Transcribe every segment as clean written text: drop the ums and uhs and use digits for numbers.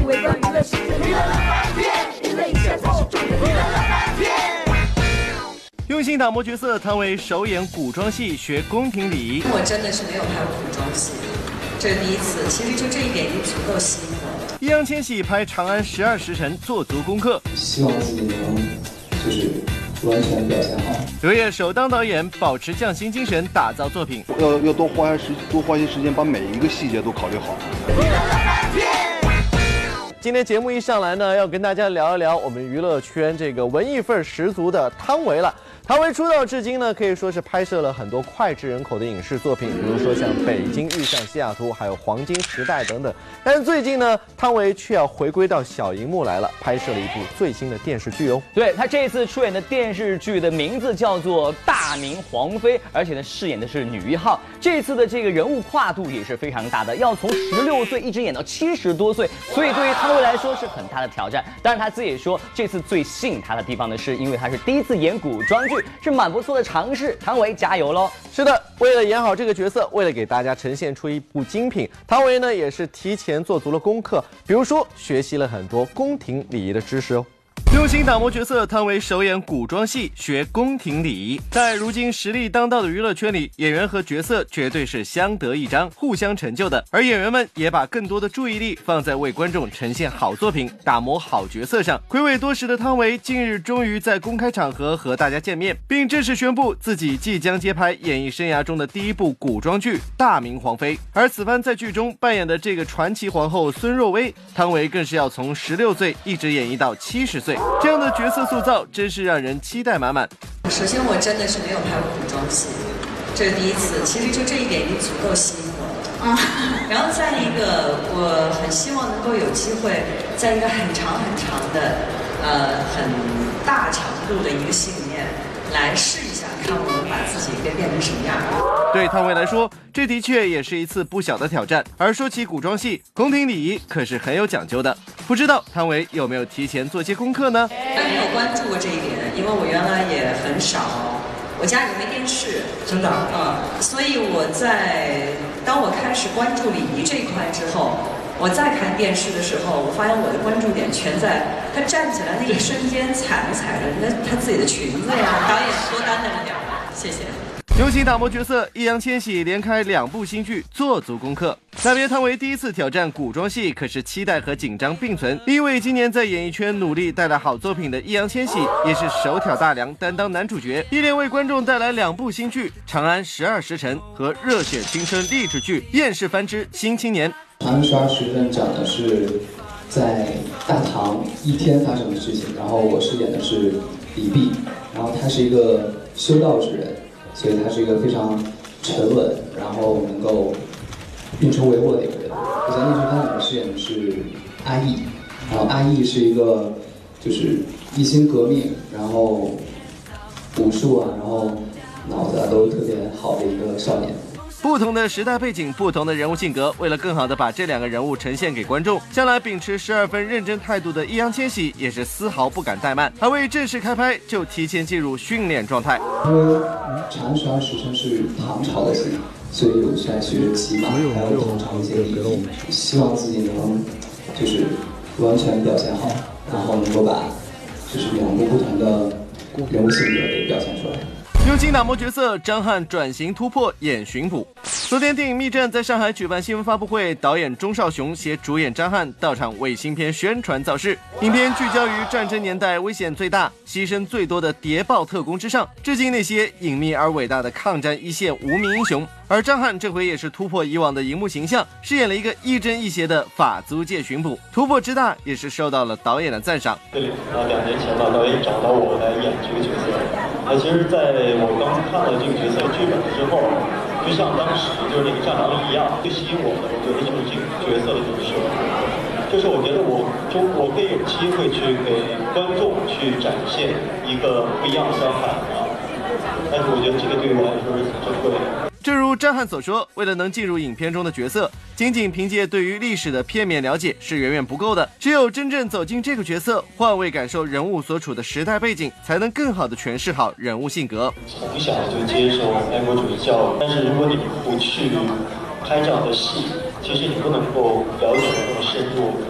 围观娱乐世界，娱乐百变，娱乐一切才是重点，娱乐百变。 用心打磨角色，汤唯首演古装戏，学宫廷礼仪。 我真的是没有拍过古装戏，这是第一次。其实就这一点已经足够吸引我了。 易烊千玺拍《长安十二时辰》，做足功课， 希望自己能就是完全表现好。 刘烨首当导演，保持匠心精神，打造作品。 要多花一些时间，把每一个细节都考虑好。 今天节目一上来呢，要跟大家聊一聊我们娱乐圈这个文艺范儿十足的汤唯了。汤唯出道至今呢，可以说是拍摄了很多脍炙人口的影视作品，比如说像《北京遇上西雅图》，还有《黄金时代》等等。但是最近呢，汤唯却要回归到小荧幕来了，拍摄了一部最新的电视剧哦。 对，她这一次出演的电视剧的名字叫做《大明皇妃》，而且呢，饰演的是女一号。这次的这个人物跨度也是非常大的，要从16岁一直演到70多岁，所以对于汤唯来说是很大的挑战。当然，她自己也说，这次最吸引她的地方呢，是因为她是第一次演古装剧。是蛮不错的尝试，汤唯加油喽！ 是的，为了演好这个角色，为了给大家呈现出一部精品，汤唯呢也是提前做足了功课，比如说学习了很多宫廷礼仪的知识哦。用心打磨角色，汤唯首演古装戏，学宫廷礼仪。在如今实力当道的娱乐圈里，演员和角色绝对是相得益彰，互相成就的。而演员们也把更多的注意力放在为观众呈现好作品、打磨好角色上。暌违多时的汤唯，近日终于在公开场合和大家见面，并正式宣布自己即将接拍演艺生涯中的第一部古装剧《大明皇妃》。而此番在剧中扮演的这个传奇皇后孙若薇，汤唯更是要从16岁一直演绎到70岁。这样的角色塑造真是让人期待满满。 首先，我真的是没有拍过古装戏，这是第一次。其实就这一点已经足够吸引我了。然后再一个，我很希望能够有机会，在一个很长的，很大强度的一个戏里面来试一下，看我能把自己给变成什么样。 对汤唯来说，这的确也是一次不小的挑战。而说起古装戏，宫廷礼仪可是很有讲究的。不知道汤唯有没有提前做些功课呢？ 没有关注过这一点，因为我原来也很少，我家里没电视， 真的所以当我开始关注礼仪这一块之后，我再看电视的时候，我发现我的关注点全在她站起来那一瞬间踩没踩着她自己的裙子呀。导演多担待着点吧，谢谢。 用心打磨角色，易烊千玺连开2部新剧，做足功课。那边汤唯第一次挑战古装戏，可是期待和紧张并存。因为今年在演艺圈努力带来好作品的易烊千玺，也是手挑大梁担当男主角，一连为观众带来2部新剧《长安十二时辰》和热血青春励志剧《厌世番之新青年》。 长安十二时辰讲的是在大唐一天发生的事情，然后我饰演的是李泌，然后他是一个修道之人。所以他是一个非常沉稳，然后能够运筹帷幄的一个人。我在《逆春番》里面饰演的是阿义，然后阿义是一个就是一心革命，然后武术啊，然后脑子啊都特别好的一个少年。 不同的时代背景，不同的人物性格，为了更好的把这2个人物呈现给观众，向来秉持12分认真态度的易烊千玺也是丝毫不敢怠慢，还未正式开拍就提前进入训练状态。 因为《长安十二时辰》是唐朝的戏，所以我在学骑马，还有唐朝一些礼仪，希望自己能就是完全表现好，然后能够把就是2部不同的人物性格给表现出来。 用心打磨角色，张翰转型突破演巡捕。昨天电影《密战》在上海举办新闻发布会，导演钟少雄携主演张翰到场为新片宣传造势。影片聚焦于战争年代危险最大、牺牲最多的谍报特工之上，致敬那些隐秘而伟大的抗战一线无名英雄。而张翰这回也是突破以往的荧幕形象，饰演了一个亦正亦邪的法租界巡捕，突破之大也是受到了导演的赞赏。 2年前吧，导演找到我来演这个角色。其实在我刚看了这个角色剧本之后，就像当时就是那个战狼一样，最吸引我的，我觉得就是这个角色的人设，就是我觉得我可以有机会去给观众去展现一个不一样的张翰啊，但是我觉得这个对于我来说是很珍贵的。 正如张翰所说，为了能进入影片中的角色，仅凭借对于历史的片面了解是远远不够的，只有真正走进这个角色，换位感受人物所处的时代背景，才能更好地诠释好人物性格。 从小就接受爱国主义教育，但是如果你不去拍这样的戏，其实你不能够了解那么深入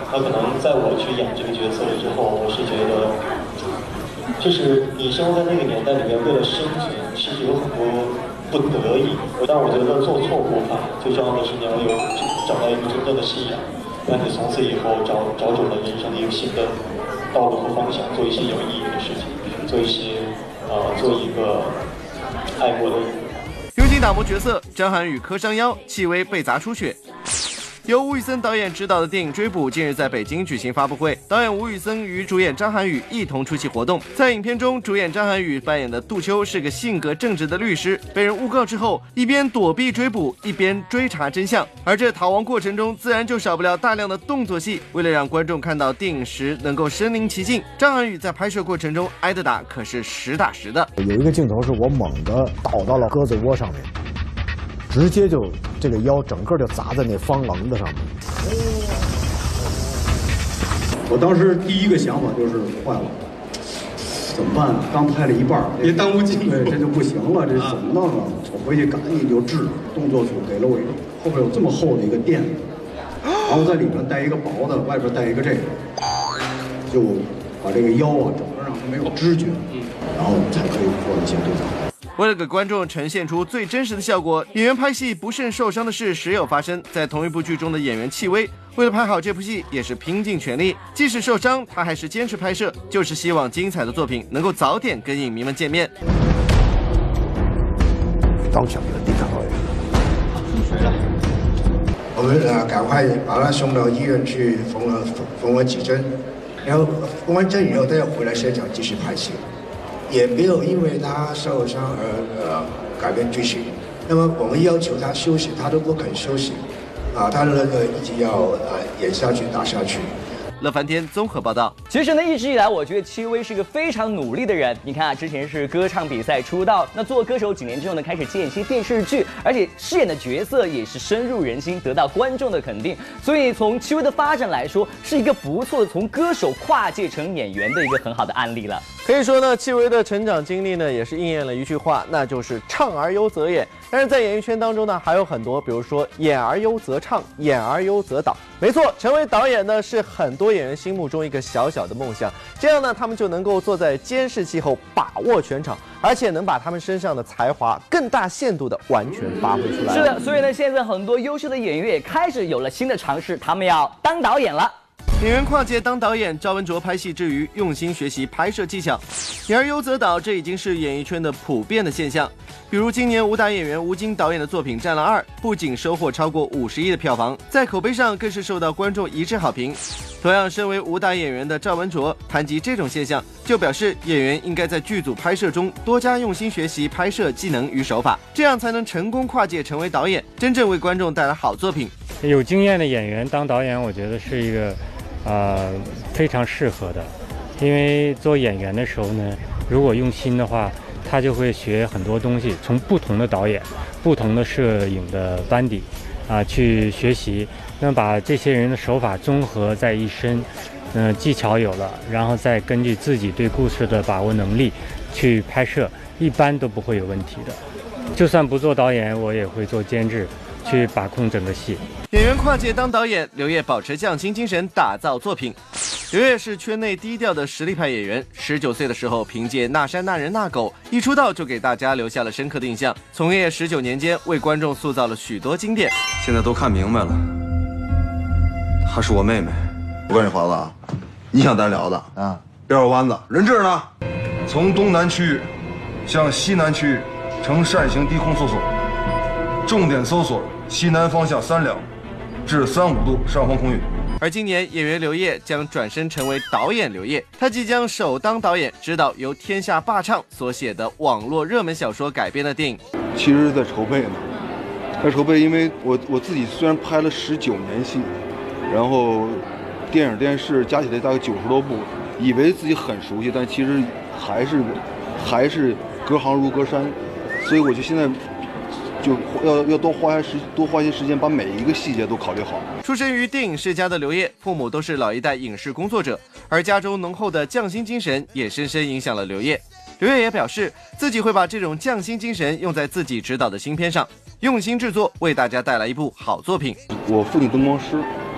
那可能在我去演这个角色了之后，我是觉得，就是你生活在那个年代里面，为了生存，其实有很多不得已。但我觉得做错不怕，最重要的是你要找到一个真正的信仰，让你从此以后找准了人生的一个新的道路和方向，做一些有意义的事情，做一个爱国的人。 用心打磨角色，张涵予磕伤腰，戚薇被砸出血。由吴宇森导演执导的电影《追捕》近日在北京举行发布会，导演吴宇森与主演张涵予一同出席活动。在影片中，主演张涵予扮演的杜秋是个性格正直的律师，被人诬告之后，一边躲避追捕，一边追查真相。而这逃亡过程中，自然就少不了大量的动作戏。为了让观众看到电影时能够身临其境，张涵予在拍摄过程中挨的打可是实打实的。 有一个镜头是我猛地倒到了鸽子窝上面。直接就这个腰整个就砸在那方棱子上面。 我当时第一个想法就是坏了，怎么办？刚拍了一半，别耽误镜头，对，这就不行了，这怎么弄啊？我回去赶紧就治，动作组给了我一个后边有这么厚的一个垫子，然后在里面带一个薄的，外边带一个这个，就把这个腰啊整个让它没有知觉，然后才可以做一些对打。 为了给观众呈现出最真实的效果，演员拍戏不慎受伤的事时有发生。在同一部剧中的演员戚薇，为了拍好这部戏，也是拼尽全力。即使受伤，她还是坚持拍摄，就是希望精彩的作品能够早点跟影迷们见面。 当场就抵抗导演， 我们赶快把他送到医院去缝了几针，然后缝完针以后，他又回来现场继续拍戏。也没有因为他受伤而改变剧情。那么我们要求他休息，他都不肯休息，他一直要演下去、打下去。 乐翻天综合报道。 其实呢，一直以来我觉得戚薇是一个非常努力的人。你看啊，之前是歌唱比赛出道，那做歌手几年之后呢，开始接一些电视剧，而且饰演的角色也是深入人心，得到观众的肯定。所以从戚薇的发展来说，是一个不错的从歌手跨界成演员的一个很好的案例了。 可以说呢，戚薇的成长经历呢，也是应验了一句话，那就是唱而优则演。但是在演艺圈当中呢，还有很多，比如说演而优则唱，演而优则导。没错，成为导演呢，是很多演员心目中一个小小的梦想。这样呢，他们就能够坐在监视器后把握全场，而且能把他们身上的才华更大限度的完全发挥出来。 是的，所以呢，现在很多优秀的演员也开始有了新的尝试，他们要当导演了。 演员跨界当导演，赵文卓拍戏之余用心学习拍摄技巧，演而优则导，这已经是演艺圈的普遍的现象。比如今年武打演员吴京导演的作品《战狼2》，不仅收获超过50亿的票房，在口碑上更是受到观众一致好评。同样，身为武打演员的赵文卓谈及这种现象，就表示演员应该在剧组拍摄中多加用心学习拍摄技能与手法，这样才能成功跨界成为导演，真正为观众带来好作品。 有经验的演员当导演，我觉得是一个非常适合的，因为做演员的时候呢，如果用心的话，他就会学很多东西，从不同的导演、不同的摄影的班底去学习，那把这些人的手法综合在一身，技巧有了，然后再根据自己对故事的把握能力去拍摄，一般都不会有问题的。就算不做导演，我也会做监制，去把控整个戏。 演员跨界当导演，刘烨保持匠心精神打造作品。刘烨是圈内低调的实力派演员，19岁的时候凭借《那山那人那狗》一出道就给大家留下了深刻的印象。从业19年间，为观众塑造了许多经典。 现在都看明白了，她是我妹妹。我跟你华子啊，你想单聊的啊，别绕弯子。人质呢？从东南区向西南区呈扇形低空搜索，重点搜索西南方向3两至35度上方空域。 而今年演员刘烨将转身成为导演刘烨，他即将首当导演执导由天下霸唱所写的网络热门小说改编的电影。 其实在筹备呢，因为我自己虽然拍了19年戏，然后电影电视加起来大概90多部，以为自己很熟悉，但其实还是隔行如隔山，所以我就现在就要多花一些时间，把每一个细节都考虑好。 出身于电影世家的刘烨，父母都是老一代影视工作者，而家中浓厚的匠心精神也深深影响了刘烨。刘烨也表示，自己会把这种匠心精神用在自己执导的新片上，用心制作，为大家带来一部好作品。 我父亲灯光师，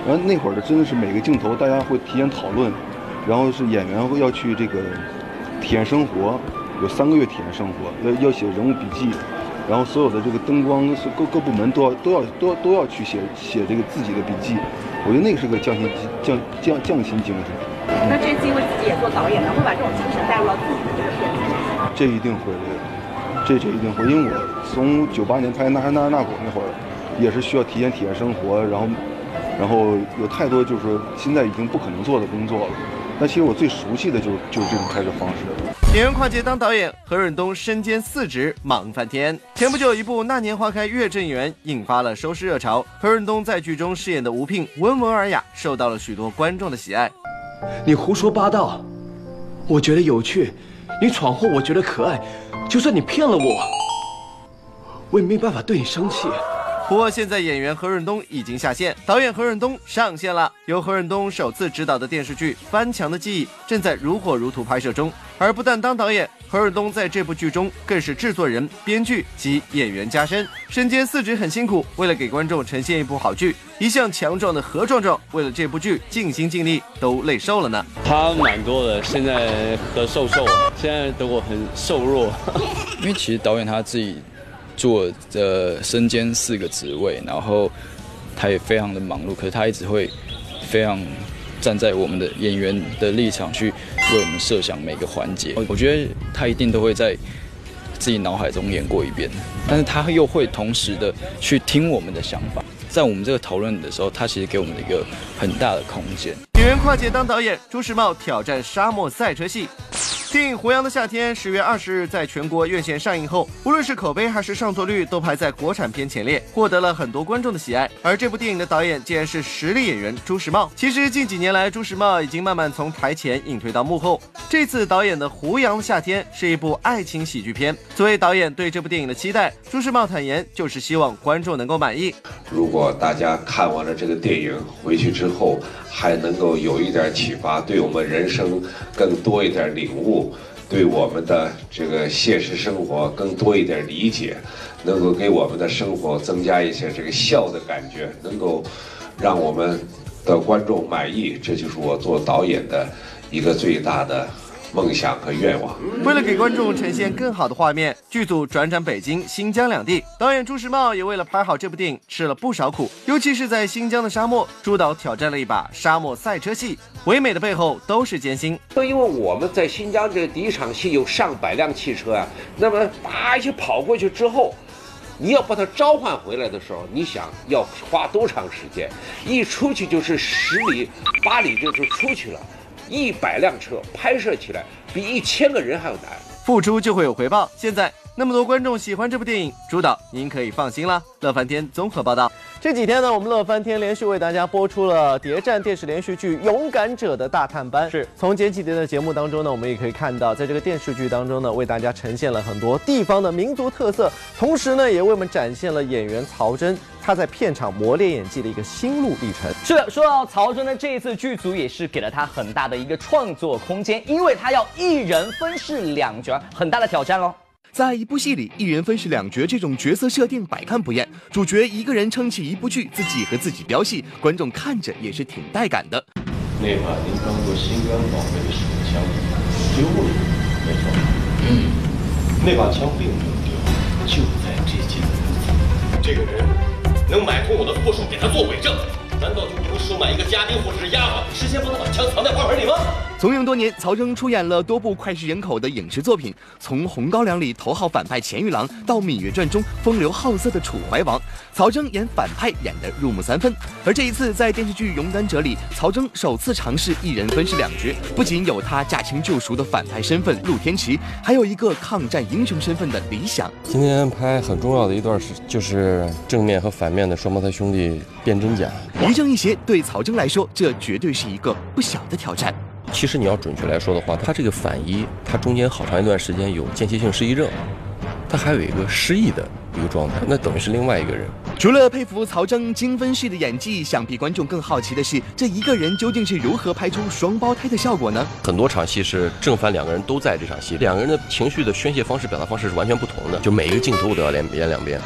然后那会儿的真的是每个镜头大家会提前讨论，然后是演员会要去这个体验生活，有3个月体验生活，要写人物笔记，然后所有的这个灯光各部门都要去写这个自己的笔记。我觉得那个是个匠心精神。 那这次因为自己也做导演了，会把这种精神带入到自己的这个片子里。 这一定会的，这一定会，因为我从98年拍《那山那果》那会儿，也是需要提前体验生活，然后有太多就是说现在已经不可能做的工作了。那其实我最熟悉的就是这种拍摄方式。 演员跨界当导演，何润东身兼4职，忙翻天。前不久一部《那年花开月正圆》引发了收视热潮，何润东在剧中饰演的吴聘温文尔雅，受到了许多观众的喜爱。 你胡说八道，我觉得有趣；你闯祸，我觉得可爱。就算你骗了我也没办法对你生气。 不过现在演员何润东已经下线，导演何润东上线了。由何润东首次执导的电视剧《翻墙的记忆》正在如火如荼拍摄中。而不但当导演，何润东在这部剧中更是制作人、编剧及演员加身，身兼4职很辛苦。为了给观众呈现一部好剧，一向强壮的何壮壮为了这部剧尽心尽力，都累瘦了呢。 他蛮多的，现在的瘦，现在的我很瘦弱。 因为其实导演他自己做身兼4个职位，然后他也非常的忙碌，可是他一直会非常站在我们的演员的立场去为我们设想每个环节。我觉得他一定都会在自己脑海中演过一遍，但是他又会同时的去听我们的想法。在我们这个讨论的时候，他其实给我们一个很大的空间。 演员跨界当导演，朱时茂挑战沙漠赛车戏。电影《胡杨的夏天》10月20日在全国院线上映后，无论是口碑还是上座率都排在国产片前列，获得了很多观众的喜爱。而这部电影的导演竟然是实力演员朱时茂。其实近几年来，朱时茂已经慢慢从台前隐退到幕后。这次导演的《胡杨的夏天》是一部爱情喜剧片。作为导演对这部电影的期待，朱时茂坦言就是希望观众能够满意。 如果大家看完了这个电影回去之后，还能够有一点启发，对我们人生更多一点领悟，对我们的这个现实生活更多一点理解，能够给我们的生活增加一些这个笑的感觉，能够让我们的观众满意，这就是我做导演的一个最大的梦想和愿望。 为了给观众呈现更好的画面，剧组转战北京、新疆2地。导演朱时茂也为了拍好这部电影吃了不少苦，尤其是在新疆的沙漠，朱导挑战了一把沙漠赛车戏，唯美的背后都是艰辛。 因为我们在新疆这个第一场戏有上百辆汽车啊，那么一起跑过去之后，你要把它召唤回来的时候，你想要花多长时间？一出去就是10里8里就出去了。100辆车拍摄起来比1000个人还要难， 付出就会有回报。现在那么多观众喜欢这部电影，朱导您可以放心了。乐翻天综合报道。这几天呢，我们乐翻天连续为大家播出了谍战电视连续剧《勇敢者的大探班》。是从前几天的节目当中呢，我们也可以看到，在这个电视剧当中呢，为大家呈现了很多地方的民族特色，同时呢，也为我们展现了演员曹真他在片场磨练演技的一个心路历程。 是的，说到曹真呢，这一次剧组也是给了他很大的一个创作空间，因为他要1人分饰2角，很大的挑战喽。 在一部戏里，1人分饰2角这种角色设定百看不厌，主角一个人撑起一部剧，自己和自己飙戏，观众看着也是挺带感的。 那把您当做心肝宝贝的手枪丢了，没错，那把枪并没有丢，就在这间屋子。这个人能买通我的护手给他做伪证，难道就不能收买一个家丁或者是丫鬟，事先帮他把枪藏在花盆里吗？ 从影多年，曹征出演了多部脍炙人口的影视作品，从《红高粱》里头号反派钱玉郎，到《芈月传》中风流好色的楚怀王，曹征演反派演得入木3分。而这一次在电视剧《勇敢者》里，曹征首次尝试1人分饰2角，不仅有他驾轻就熟的反派身份陆天齐，还有一个抗战英雄身份的李想。 今天拍很重要的一段就是正面和反面的双胞胎兄弟辨真假， 一正一邪，对曹征来说，这绝对是一个不小的挑战。 其实你要准确来说的话，他这个反一，他中间好长一段时间有间歇性失忆症，他还有一个失忆的一个状态，那等于是另外一个人。 除了佩服曹征精分饰的演技，想必观众更好奇的是，这一个人究竟是如何拍出双胞胎的效果呢？ 很多场戏是正反2个人都在这场戏，2个人的情绪的宣泄方式、表达方式是完全不同的，就每一个镜头都要演2遍。 是的，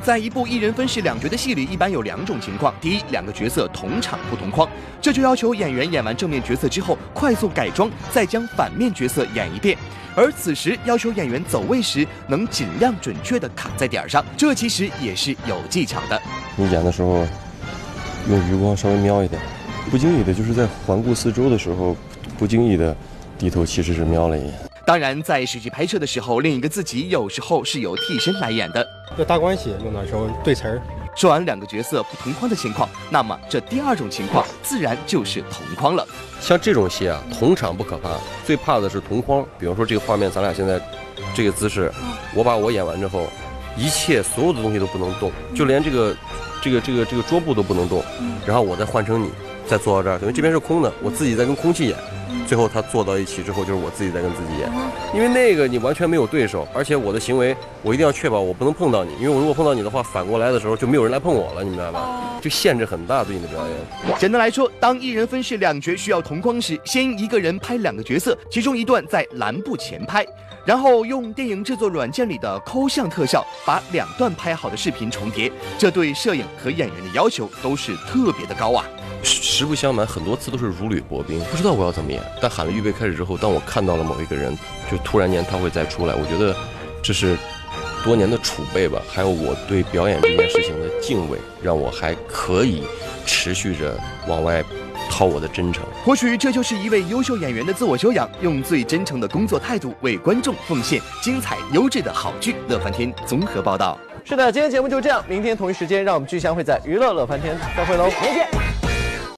在一部一人分饰两角的戏里，一般有2种情况：第一，两个角色同场不同框，这就要求演员演完正面角色之后，快速改装，再将反面角色演一遍。而此时要求演员走位时，能尽量准确地卡在点上，这其实也是有技巧的。 你演的时候，用余光稍微瞄一点，不经意的就是在环顾四周的时候，不经意的低头其实是瞄了一眼。 当然，在实际拍摄的时候，另一个自己有时候是由替身来演的。 这大关系用的时候对词儿。 说完两个角色不同框的情况，那么这第2种情况自然就是同框了。 像这种戏啊，同场不可怕，最怕的是同框。比方说这个画面，咱俩现在这个姿势，我把我演完之后，一切所有的东西都不能动，就连这个桌布都不能动，然后我再换成你，再坐到这儿，等于这边是空的，我自己在跟空气演。最后他坐到一起之后，就是我自己在跟自己演，因为那个你完全没有对手，而且我的行为我一定要确保我不能碰到你，因为我如果碰到你的话，反过来的时候就没有人来碰我了，你明白吧？就限制很大对你的表演。 简单来说，当一人分饰2角需要同框时，先一个人拍2个角色，其中一段在蓝布前拍，然后用电影制作软件里的抠像特效把2段拍好的视频重叠，这对摄影和演员的要求都是特别的高啊。 实不相瞒，很多次都是如履薄冰，不知道我要怎么演。但喊了预备开始之后，当我看到了某一个人，就突然间他会再出来，我觉得这是多年的储备吧，还有我对表演这件事情的敬畏，让我还可以持续着往外掏我的真诚。 或许这就是一位优秀演员的自我修养，用最真诚的工作态度为观众奉献精彩优质的好剧。乐翻天综合报道。 是的，今天节目就这样，明天同一时间，让我们继续相会在娱乐乐翻天，再会喽， 明天见。